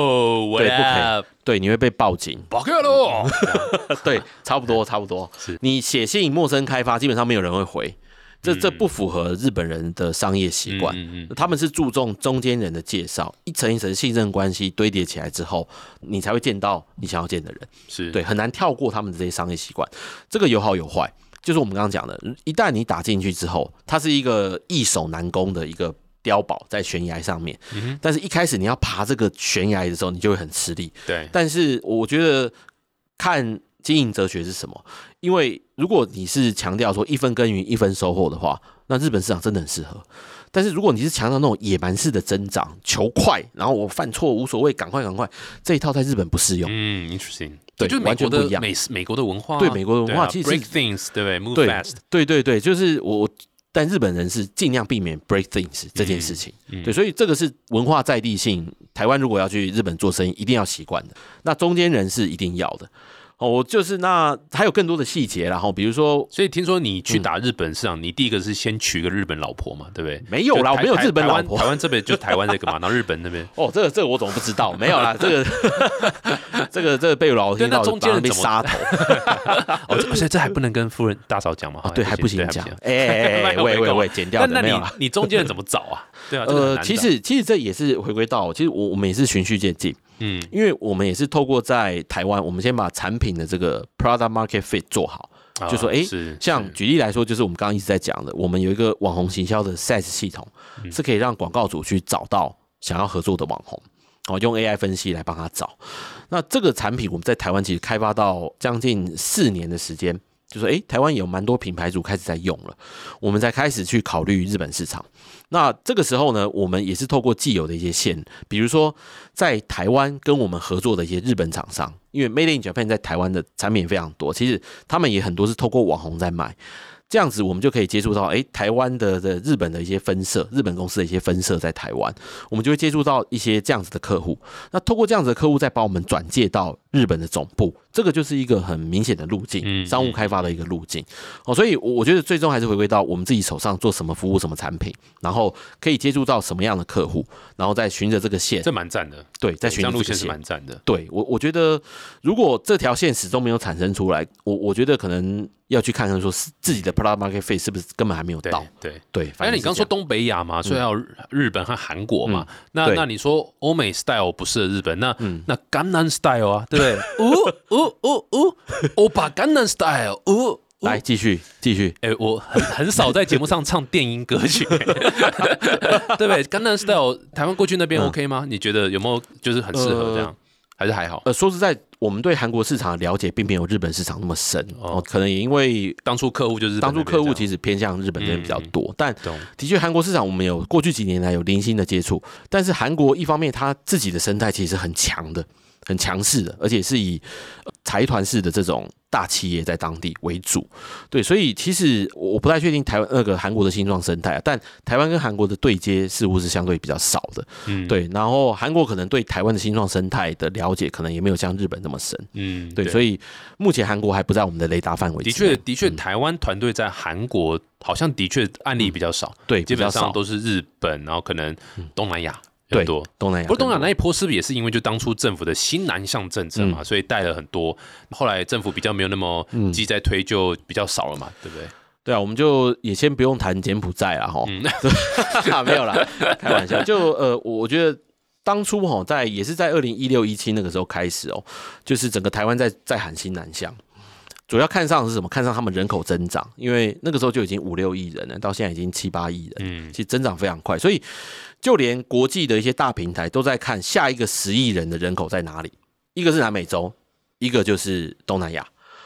Speaker 2: Yo，
Speaker 3: 对，不可以，对，你会被报警，
Speaker 2: 报警喽。
Speaker 3: 对，差不多。你写信陌生开发，基本上没有人会回，这不符合日本人的商业习惯。他们是注重中间人的介绍，一层一层信任关系堆叠起来之后，你才会见到你想要见的人。
Speaker 2: 是
Speaker 3: 对，很难跳过他们的这些商业习惯。这个有好有坏，就是我们刚刚讲的，一旦你打进去之后，它是一个易守难攻的一个碉堡在悬崖上面，但是一开始你要爬这个悬崖的时候，你就会很吃力。
Speaker 2: 对，
Speaker 3: 但是我觉得看经营哲学是什么，因为如果你是强调说1分耕耘1分收获的话，那日本市场真的很适合。但是如果你是强调那种野蛮式的增长，求快，然后我犯错无所谓，赶快，这一套在日本不适用。
Speaker 2: interesting。
Speaker 3: 对，
Speaker 2: 就是
Speaker 3: 完全不一样。
Speaker 2: 美国的文化，
Speaker 3: 对美国的文化，其实
Speaker 2: break things， 对不对 ？Move fast。
Speaker 3: 对，就是我。但日本人是尽量避免 break things 这件事情，对，所以这个是文化在地性。台湾如果要去日本做生意，一定要习惯的。那中间人是一定要的。就是那还有更多的细节啦，比如说，
Speaker 2: 所以听说你去打日本市场，你第一个是先娶个日本老婆嘛，对不对？
Speaker 3: 没有啦，我没有日本老婆。
Speaker 2: 台湾这边就是台湾这个嘛，然后日本那边。
Speaker 3: 这个我怎么不知道？没有啦，这个被我老婆听到，中间人被杀头。
Speaker 2: 而且这还不能跟夫人大嫂讲嘛？
Speaker 3: 对，还不行讲。喂，剪掉的。
Speaker 2: 那你中间人怎么找啊？对啊，
Speaker 3: 其实这也是回归到，其实我们也是循序渐进。因为我们也是透过在台湾，我们先把产品的这个 product market fit 做好，就说像举例来说，就是我们刚刚一直在讲的，我们有一个网红行销的 SaaS 系统，是可以让广告主去找到想要合作的网红，用 AI 分析来帮他找。那这个产品我们在台湾其实开发到将近4年的时间，就说台湾有蛮多品牌主开始在用了，我们才开始去考虑日本市场。那这个时候呢，我们也是透过既有的一些线，比如说在台湾跟我们合作的一些日本厂商，因为 Made in Japan 在台湾的产品也非常多，其实他们也很多是透过网红在卖。这样子我们就可以接触到台湾的日本的一些分社，日本公司的一些分社在台湾，我们就会接触到一些这样子的客户。那透过这样子的客户再把我们转介到日本的总部，这个就是一个很明显的路径，商务开发的一个路径。所以我觉得最终还是回归到我们自己手上做什么服务、什么产品，然后可以接触到什么样的客户，然后再循着这个线，
Speaker 2: 这蛮赞的。
Speaker 3: 对，在循着这个
Speaker 2: 路线是蛮赞的。
Speaker 3: 对，我觉得如果这条线始终没有产生出来，我觉得可能要去看看说自己的 product market fit 是不是根本还没有到。对。
Speaker 2: 反正你刚说东北亚嘛，所以还有日本和韩国嘛。那你说欧美 style 不适合日本，那Gangnam style 啊，对不对？欧巴 Gangnam style，
Speaker 3: 来继续。
Speaker 2: 我很少在节目上唱电音歌曲，对不对？Gangnam style 台湾过去那边 OK 吗？你觉得有没有就是很适合这样？还是还好？
Speaker 3: 说实在，我们对韩国市场的了解并没有日本市场那么深可能也因为
Speaker 2: 当初客户就是日本，
Speaker 3: 当初客户其实偏向日本那边比较多，但的确韩国市场我们有过去几年来有零星的接触，但是韩国一方面它自己的生态其实很强的。很强势的，而且是以财团式的这种大企业在当地为主，对，所以其实我不太确定台湾韩国的新创生态但台湾跟韩国的对接似乎是相对比较少的，对，然后韩国可能对台湾的新创生态的了解可能也没有像日本那么深，对，所以目前韩国还不在我们的雷达范围之内。
Speaker 2: 的确，台湾团队在韩国好像的确案例比较少，
Speaker 3: 对，
Speaker 2: 基本上都是日本，然后可能东南亚。
Speaker 3: 对，
Speaker 2: 东南亚。不过东南亚那一波是不是也是因为就当初政府的新南向政策嘛，所以带了很多，后来政府比较没有那么积极在推，就比较少了嘛，对不对？
Speaker 3: 对啊，我们就也先不用谈柬埔寨啦没有啦，开玩笑。就我觉得当初也是在2016、17那个时候开始就是整个台湾在喊新南向。主要看上的是什么？看上他们人口增长，因为那个时候就已经5-6亿人了，到现在已经7-8亿人，其实增长非常快，所以就连国际的一些大平台都在看下一个10亿人的人口在哪里，一个是南美洲，一个就是东南亚。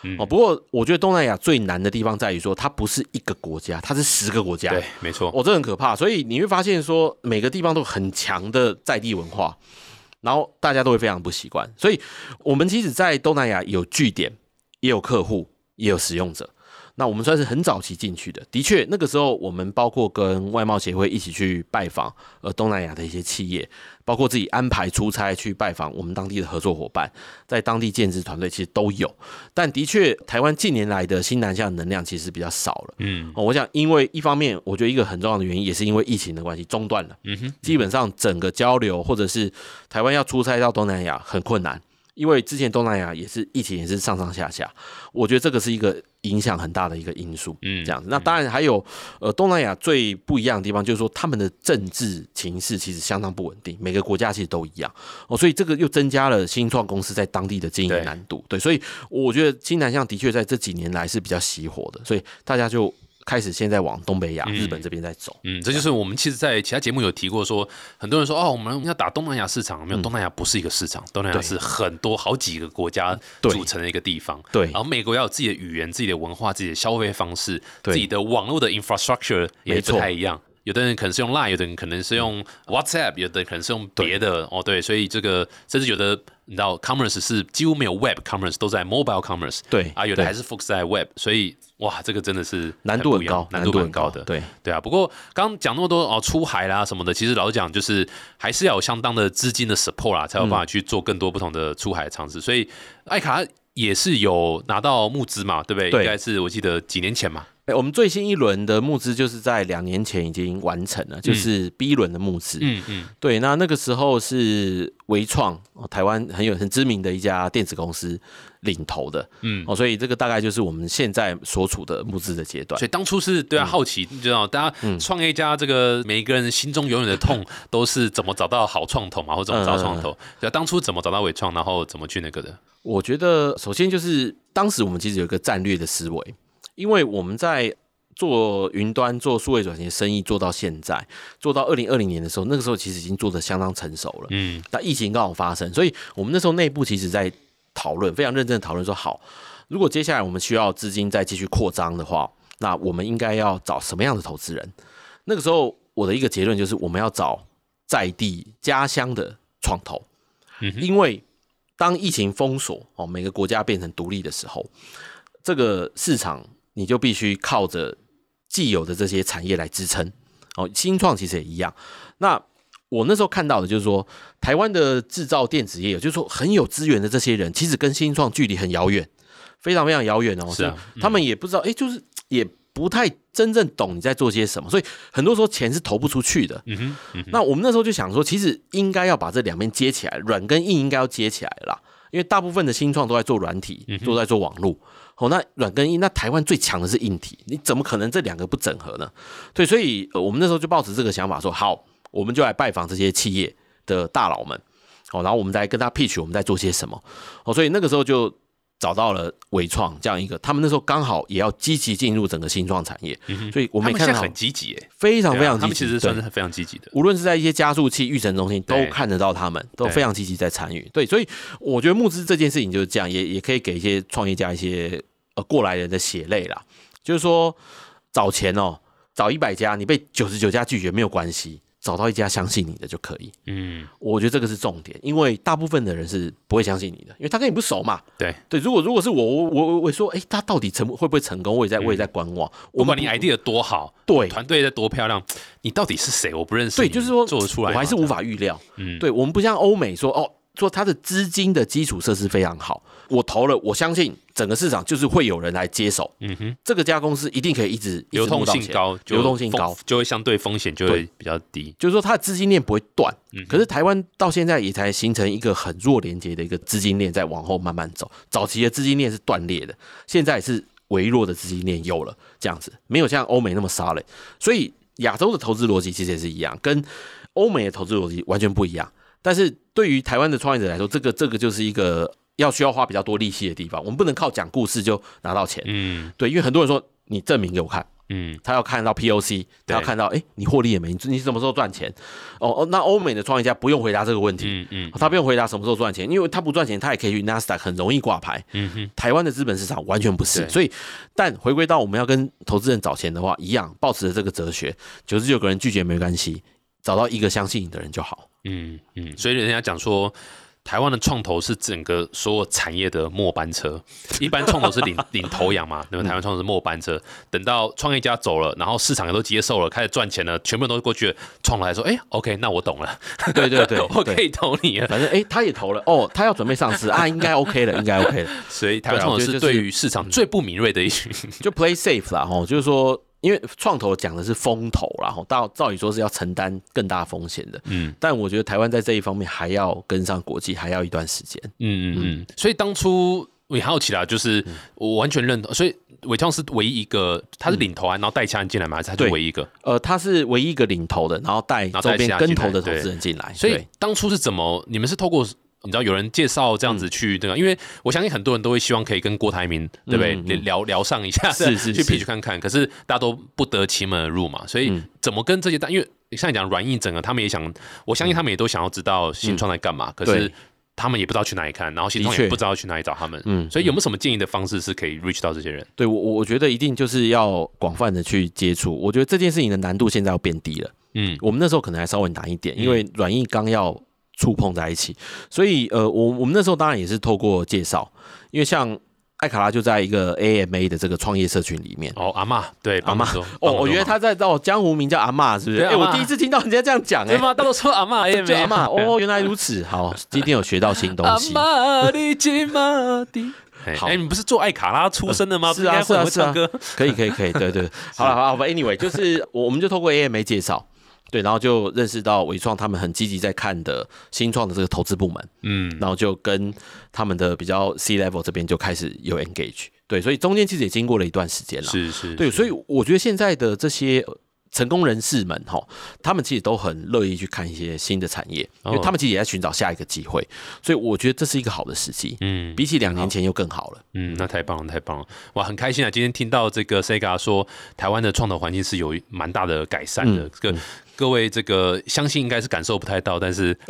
Speaker 3: 不过我觉得东南亚最难的地方在于说，它不是一个国家，它是10个国家。
Speaker 2: 对，没错。
Speaker 3: 这很可怕。所以你会发现说，每个地方都有很强的在地文化，然后大家都会非常不习惯。所以我们其实，在东南亚有据点，也有客户，也有使用者。那我们算是很早期进去的，的确，那个时候我们包括跟外贸协会一起去拜访东南亚的一些企业，包括自己安排出差去拜访我们当地的合作伙伴，在当地建制团队其实都有。但的确，台湾近年来的新南向能量其实比较少了。我想因为一方面，我觉得一个很重要的原因也是因为疫情的关系中断了。基本上整个交流或者是台湾要出差到东南亚很困难。因为之前东南亚也是疫情也是上上下下，我觉得这个是一个影响很大的一个因素，这样子。那当然还有东南亚最不一样的地方就是说他们的政治情势其实相当不稳定，每个国家其实都一样所以这个又增加了新创公司在当地的经营难度。对，所以我觉得新南向的确在这几年来是比较熄火的，所以大家就开始现在往东北亚、日本这边在走。
Speaker 2: 这就是我们其实在其他节目有提过说，很多人说我们要打东南亚市场，没有，东南亚不是一个市场，东南亚是很多好几个国家组成的一个地方。
Speaker 3: 对，
Speaker 2: 然后每个国家有自己的语言、自己的文化、自己的消费方式、自己的网络的 infrastructure 也不太一样。有的人可能是用 Line， 有的人可能是用 WhatsApp， 有的人可能是用别的对，所以这个甚至有的你知道 commerce 是几乎没有 web commerce， 都在 mobile commerce，
Speaker 3: 对
Speaker 2: 有的还是 focus 在 web， 所以哇，这个真的是
Speaker 3: 难度很高，
Speaker 2: 难度很高的，对啊。不过刚刚讲那么多出海啦什么的，其实老实讲就是还是要有相当的资金的 support 啦，才有办法去做更多不同的出海的尝试。所以艾卡也是有拿到募资嘛，对不对？应该是我记得几年前嘛。
Speaker 3: 我们最新一轮的募资就是在2年前已经完成了，就是 B 轮的募资。对，那个时候是微创，台湾很知名的一家电子公司领头的。所以这个大概就是我们现在所处的募资的阶段。
Speaker 2: 所以当初是对好奇，你知道，大家创业家这个每一个人心中永远的痛都是怎么找到好创投嘛，或者怎么找创投。当初怎么找到微创，然后怎么去那个的？
Speaker 3: 我觉得首先就是当时我们其实有一个战略的思维。因为我们在做云端、做数位转型的生意做到现在，做到2020年的时候，那个时候其实已经做得相当成熟了。但疫情刚好发生，所以我们那时候内部其实在讨论，非常认真的讨论说，好，如果接下来我们需要资金再继续扩张的话，那我们应该要找什么样的投资人？那个时候我的一个结论就是，我们要找在地家乡的创投，因为当疫情封锁每个国家变成独立的时候，这个市场你就必须靠着既有的这些产业来支撑。新创其实也一样。那我那时候看到的就是说，台湾的制造电子业，就是说很有资源的这些人，其实跟新创距离很遥远，非常非常遥远
Speaker 2: 是啊，
Speaker 3: 他们也不知道，就是也不太真正懂你在做些什么，所以很多时候钱是投不出去的。那我们那时候就想说，其实应该要把这两边接起来，软跟硬应该要接起来啦。因为大部分的新创都在做软体，都在做网络。那软跟硬，那台湾最强的是硬体，你怎么可能这两个不整合呢？对，所以我们那时候就抱持这个想法说，好，我们就来拜访这些企业的大佬们，然后我们再跟他 pitch 我们在做些什么。所以那个时候就找到了微创这样一个，他们那时候刚好也要积极进入整个新创产业，所以我们也看到
Speaker 2: 他们现在很积极，
Speaker 3: 非常非常积极，
Speaker 2: 他们其实算是非常积极的。
Speaker 3: 无论是在一些加速器、育成中心，都看得到他们都非常积极在参与。对，所以我觉得募资这件事情就是这样，也可以给一些创业家一些过来人的血泪啦。就是说找钱找100家，你被99家拒绝没有关系。找到一家相信你的就可以，我觉得这个是重点，因为大部分的人是不会相信你的，因为他跟你不熟嘛。
Speaker 2: 对，
Speaker 3: 如果是我说，他到底会不会成功？我也在观望。
Speaker 2: 不管你 idea 多好，
Speaker 3: 对，
Speaker 2: 团队在多漂亮，你到底是谁？我不认识。
Speaker 3: 对，就是说
Speaker 2: 做得出来，
Speaker 3: 我还是无法预料。对，我们不像欧美说他的资金的基础设施非常好，我投了，我相信整个市场就是会有人来接手。这个家公司一定可以一直
Speaker 2: 流动性高，就会相对风险就会比较低。
Speaker 3: 就是说它的资金链不会断。可是台湾到现在也才形成一个很弱连接的一个资金链，在往后慢慢走。早期的资金链是断裂的，现在也是微弱的资金链有了这样子，没有像欧美那么solid。所以亚洲的投资逻辑其实也是一样，跟欧美的投资逻辑完全不一样。但是对于台湾的创业者来说，这个就是一个需要花比较多力气的地方。我们不能靠讲故事就拿到钱，对，因为很多人说你证明给我看， 他要看到 POC， 他要看到你获利了没？你什么时候赚钱？那欧美的创业家不用回答这个问题，他不用回答什么时候赚钱，因为他不赚钱，他也可以去 NASDAQ 很容易挂牌。台湾的资本市场完全不是，所以但回归到我们要跟投资人找钱的话，一样抱持着这个哲学，99个人拒绝没关系，找到一个相信你的人就好。
Speaker 2: 所以人家讲说，台湾的创投是整个所有产业的末班车，一般创投是领头羊嘛，那么台湾创投是末班车。等到创业家走了，然后市场也都接受了，开始赚钱了，全部人都过去了，创投来说，OK， 那我懂了，
Speaker 3: 对，
Speaker 2: 我可以投你了。
Speaker 3: 反正他也投了，他要准备上市啊，应该 OK 了，应该 OK 了。
Speaker 2: 所以台湾创投是对于市场最不敏锐的一群，
Speaker 3: 就 play safe 啦，就是说。因为创投讲的是风投啦，照理说是要承担更大风险的，但我觉得台湾在这一方面还要跟上国际，还要一段时间。
Speaker 2: 所以当初我也好奇啦，就是我完全认同，所以伟创是唯一一个，他是领头然后带其他人进来吗？还是他是唯一一个？
Speaker 3: 他是唯一一个领头的，然后带周边跟投的投资人进来。
Speaker 2: 所以当初是怎么？你们是透过？你知道有人介绍这样子去那个，因为我相信很多人都会希望可以跟郭台铭对不对聊上一下，
Speaker 3: 是
Speaker 2: 去 pitch 看看，可是大家都不得其门而入嘛，所以怎么跟这些因为像你讲软硬整个，他们也想，我相信他们也都想要知道新创在干嘛，可是他们也不知道去哪里看，然后新创也不知道去哪里找他们，所以有没有什么建议的方式是可以 reach 到这些人？
Speaker 3: 对，我觉得一定就是要广泛的去接触，我觉得这件事情的难度现在要变低了，我们那时候可能还稍微难一点，因为软硬刚要触碰在一起，所以我们那时候当然也是透过介绍，因为像艾卡拉就在一个 AMA 的这个创业社群里面。
Speaker 2: 阿嬷，对，
Speaker 3: 阿嬷，我觉得他在江湖名叫阿嬷，是不是？我第一次听到人家这样讲，
Speaker 2: 对吗？大家都说阿嬷 AMA，
Speaker 3: 就阿嬷，原来如此。好，今天有学到新东西。
Speaker 2: 阿嬷你今嘛的。好，你不是做艾卡拉出身的吗？
Speaker 3: 是啊，可以，对，好了，anyway， 就是我们就透过 AMA 介绍。对，然后就认识到伟创他们很积极在看的新创的这个投资部门，然后就跟他们的比较 C level 这边就开始有 engage， 对，所以中间其实也经过了一段时间了，
Speaker 2: 是，
Speaker 3: 对，所以我觉得现在的这些成功人士们他们其实都很乐意去看一些新的产业，因为他们其实也在寻找下一个机会，所以我觉得这是一个好的时机，比起2年前又更好了，
Speaker 2: 那太棒了，哇，很开心啊！今天听到这个 Sega 说台湾的创投环境是有蛮大的改善的，各位这个相信应该是感受不太到，但是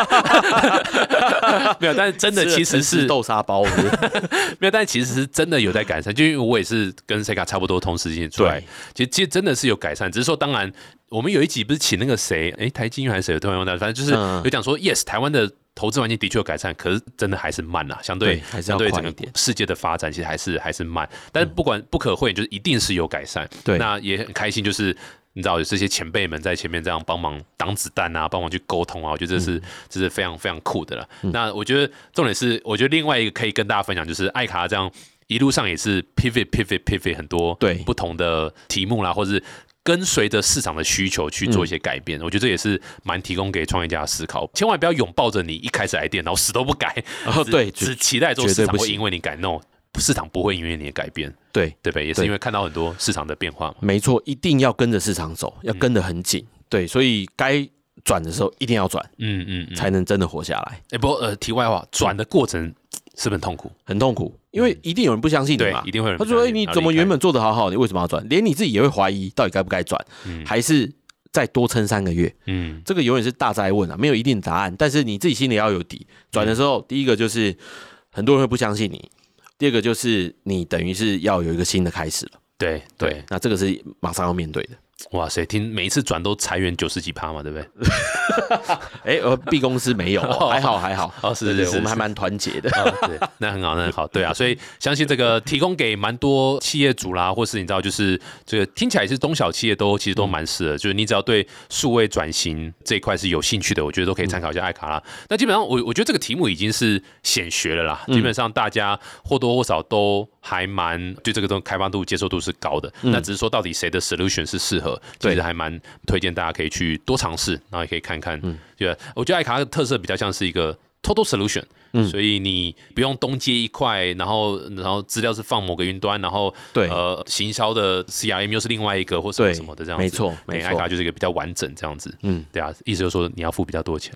Speaker 2: 没有，但是真的其实是
Speaker 3: 豆沙包，
Speaker 2: 没有，但其实是真的有在改善，就因为我也是跟 Sega 差不多同时间出来，其实真的是有改善，只是说当然我们有一集不是请那个谁，台积还是谁，突然忘掉，反正就是有讲说 yes 台湾的投资环境的确有改善，可是真的还是慢啦，相对整个世界的发展其实还是慢，但是不可讳言，就是一定是有改善，
Speaker 3: 对，
Speaker 2: 那也很开心，就是你知道有这些前辈们在前面这样帮忙挡子弹啊，帮忙去沟通啊，我觉得这是非常非常酷的了。那我觉得重点是，我觉得另外一个可以跟大家分享，就是艾卡这样一路上也是 pivot 很多不同的题目啦，或者是跟随着市场的需求去做一些改变，我觉得这也是蛮提供给创业家的思考。千万不要拥抱着你一开始来电，然后死都不改，
Speaker 3: 对，
Speaker 2: 只期待说市场会因为你改 ，no， 市场不会因为你的改变，对不对？也是因为看到很多市场的变化嘛。
Speaker 3: 没错，一定要跟着市场走，要跟得很紧，对，所以该转的时候一定要转，才能真的活下来。
Speaker 2: 不过题外话，转的过程是不是很痛苦？
Speaker 3: 很痛苦，因为一定有人不相信你嘛，
Speaker 2: 一定会有人。
Speaker 3: 他说：“你怎么原本做得好好，你为什么要转？”连你自己也会怀疑，到底该不该转，还是再多撑3个月？这个永远是大哉问啊，没有一定的答案。但是你自己心里要有底。转的时候，第一个就是很多人会不相信你，第二个就是你等于是要有一个新的开始了。对，那这个是马上要面对的。
Speaker 2: 哇塞，听每一次转都裁员90几%嘛，对不对
Speaker 3: ？B 公司没有，还好。
Speaker 2: 是，
Speaker 3: 我们还蛮团结的。
Speaker 2: 对，那很好，对啊，所以相信这个提供给蛮多企业主啦，或是你知道，就是这个听起来是中小企业其实都蛮适合，就是你只要对数位转型这一块是有兴趣的，我觉得都可以参考一下艾卡拉。那基本上我觉得这个题目已经是显学了啦，基本上大家或多或少都还蛮对这个东西开发度、接受度是高的。那只是说到底谁的 solution 是适合。其实还蛮推荐大家可以去多尝试，然后也可以看看。我觉得艾卡拉的特色比较像是一个 total solution，所以你不用东接一块，然后资料是放某个云端，然后行销的 CRM 又是另外一个或什么的这样子。
Speaker 3: 没错，
Speaker 2: 艾卡拉就是一个比较完整这样子。对啊，意思就是说你要付比较多钱。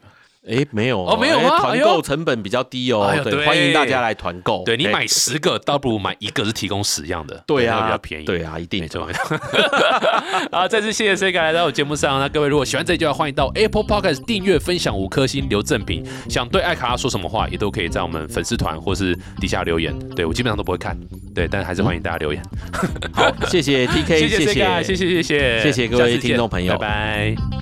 Speaker 3: 没有
Speaker 2: 哦，没有吗？
Speaker 3: 团购成本比较低哦，对，欢迎大家来团购。
Speaker 2: 对你买10个，倒不如买1个是提供10样的，
Speaker 3: 对啊，
Speaker 2: 比较便宜。
Speaker 3: 对啊，一定。
Speaker 2: 没错。好，再次谢谢 Sega 来到我节目上。那各位如果喜欢这一集的话，欢迎到 Apple Podcast 订阅、分享5颗星、留正评。想对艾卡说什么话，也都可以在我们粉丝团或是底下留言。对我基本上都不会看，对，但还是欢迎大家留言。
Speaker 3: 好，谢谢 TK，
Speaker 2: 谢谢 Sega， 谢谢
Speaker 3: 各位听众朋友，
Speaker 2: 拜拜。